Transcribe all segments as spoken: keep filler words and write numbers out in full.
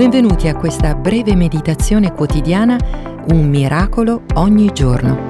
Benvenuti a questa breve meditazione quotidiana, un miracolo ogni giorno.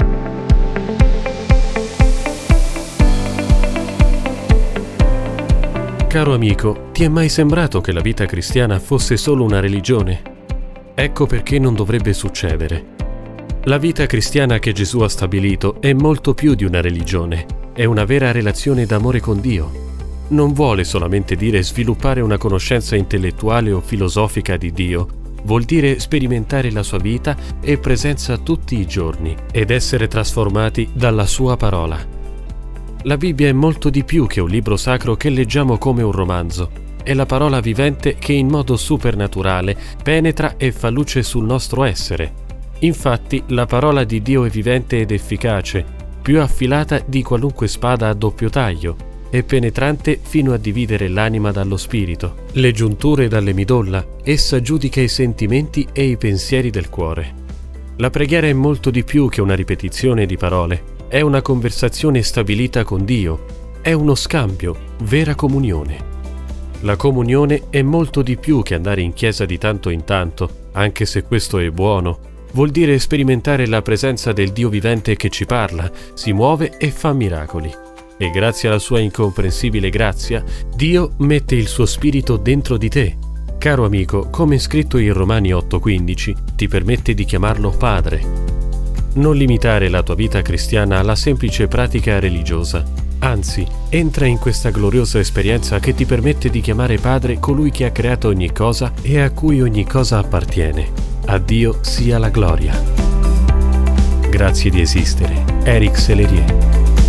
Caro amico, ti è mai sembrato che la vita cristiana fosse solo una religione? Ecco perché non dovrebbe succedere. La vita cristiana che Gesù ha stabilito è molto più di una religione, è una vera relazione d'amore con Dio. Non vuole solamente dire sviluppare una conoscenza intellettuale o filosofica di Dio, vuol dire sperimentare la sua vita e presenza tutti i giorni ed essere trasformati dalla sua parola. La Bibbia è molto di più che un libro sacro che leggiamo come un romanzo. È la parola vivente che in modo supernaturale penetra e fa luce sul nostro essere. Infatti, la parola di Dio è vivente ed efficace, più affilata di qualunque spada a doppio taglio, e penetrante fino a dividere l'anima dallo spirito, le giunture dalle midolla. Essa giudica i sentimenti e i pensieri del cuore. La preghiera è molto di più che una ripetizione di parole. È una conversazione stabilita con Dio. È uno scambio, vera comunione. La comunione è molto di più che andare in chiesa di tanto in tanto, anche se questo è buono. Vuol dire sperimentare la presenza del Dio vivente che ci parla, si muove e fa miracoli. E grazie alla sua incomprensibile grazia, Dio mette il suo spirito dentro di te. Caro amico, come scritto in Romani otto quindici, ti permette di chiamarlo Padre. Non limitare la tua vita cristiana alla semplice pratica religiosa. Anzi, entra in questa gloriosa esperienza che ti permette di chiamare Padre colui che ha creato ogni cosa e a cui ogni cosa appartiene. A Dio sia la gloria. Grazie di esistere. Eric Sellerier.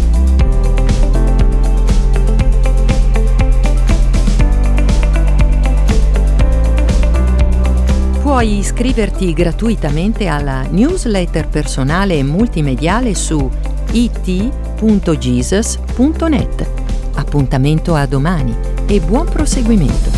Puoi iscriverti gratuitamente alla newsletter personale e multimediale su i t punto jesus punto net. Appuntamento a domani e buon proseguimento.